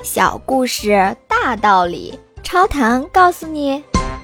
小故事大道理，超糖告诉你。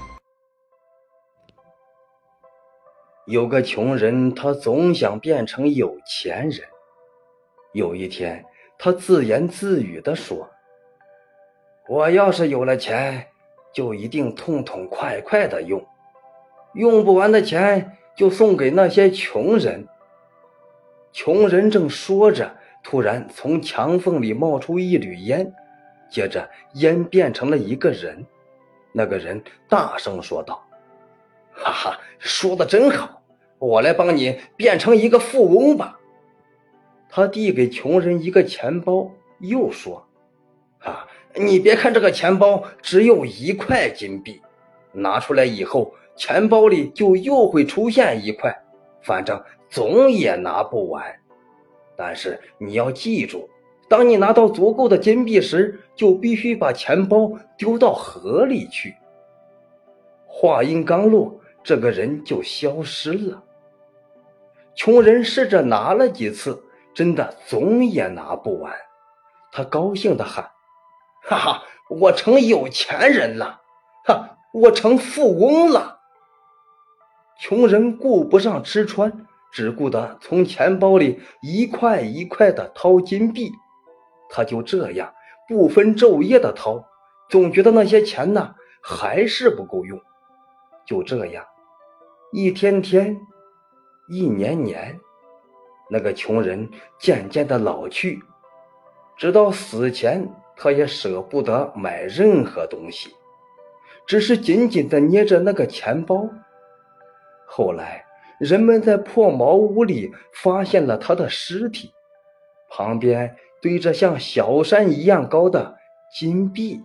有个穷人，他总想变成有钱人。有一天，他自言自语地说：我要是有了钱，就一定痛痛快快地用，用不完的钱就送给那些穷人。穷人正说着，突然从墙缝里冒出一缕烟，接着烟变成了一个人。那个人大声说道：哈哈，说得真好，我来帮你变成一个富翁吧。他递给穷人一个钱包，又说：你别看这个钱包只有1块金币，拿出来以后，钱包里就又会出现1块，反正总也拿不完。但是你要记住，当你拿到足够的金币时，就必须把钱包丢到河里去。话音刚落，这个人就消失了。穷人试着拿了几次，真的总也拿不完。他高兴地喊：哈哈，我成有钱人了，我成富翁了。穷人顾不上吃穿，只顾得从钱包里1块1块地掏金币。他就这样不分昼夜地掏，总觉得那些钱呢还是不够用。就这样，一天天，一年年，那个穷人渐渐地老去，直到死前他也舍不得买任何东西，只是紧紧地捏着那个钱包。后来人们在破茅屋里发现了他的尸体，旁边堆着像小山一样高的金币。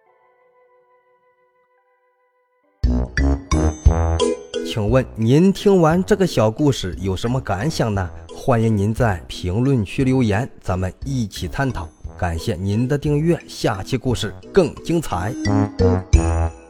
请问您听完这个小故事有什么感想呢？欢迎您在评论区留言，咱们一起探讨。感谢您的订阅，下期故事更精彩。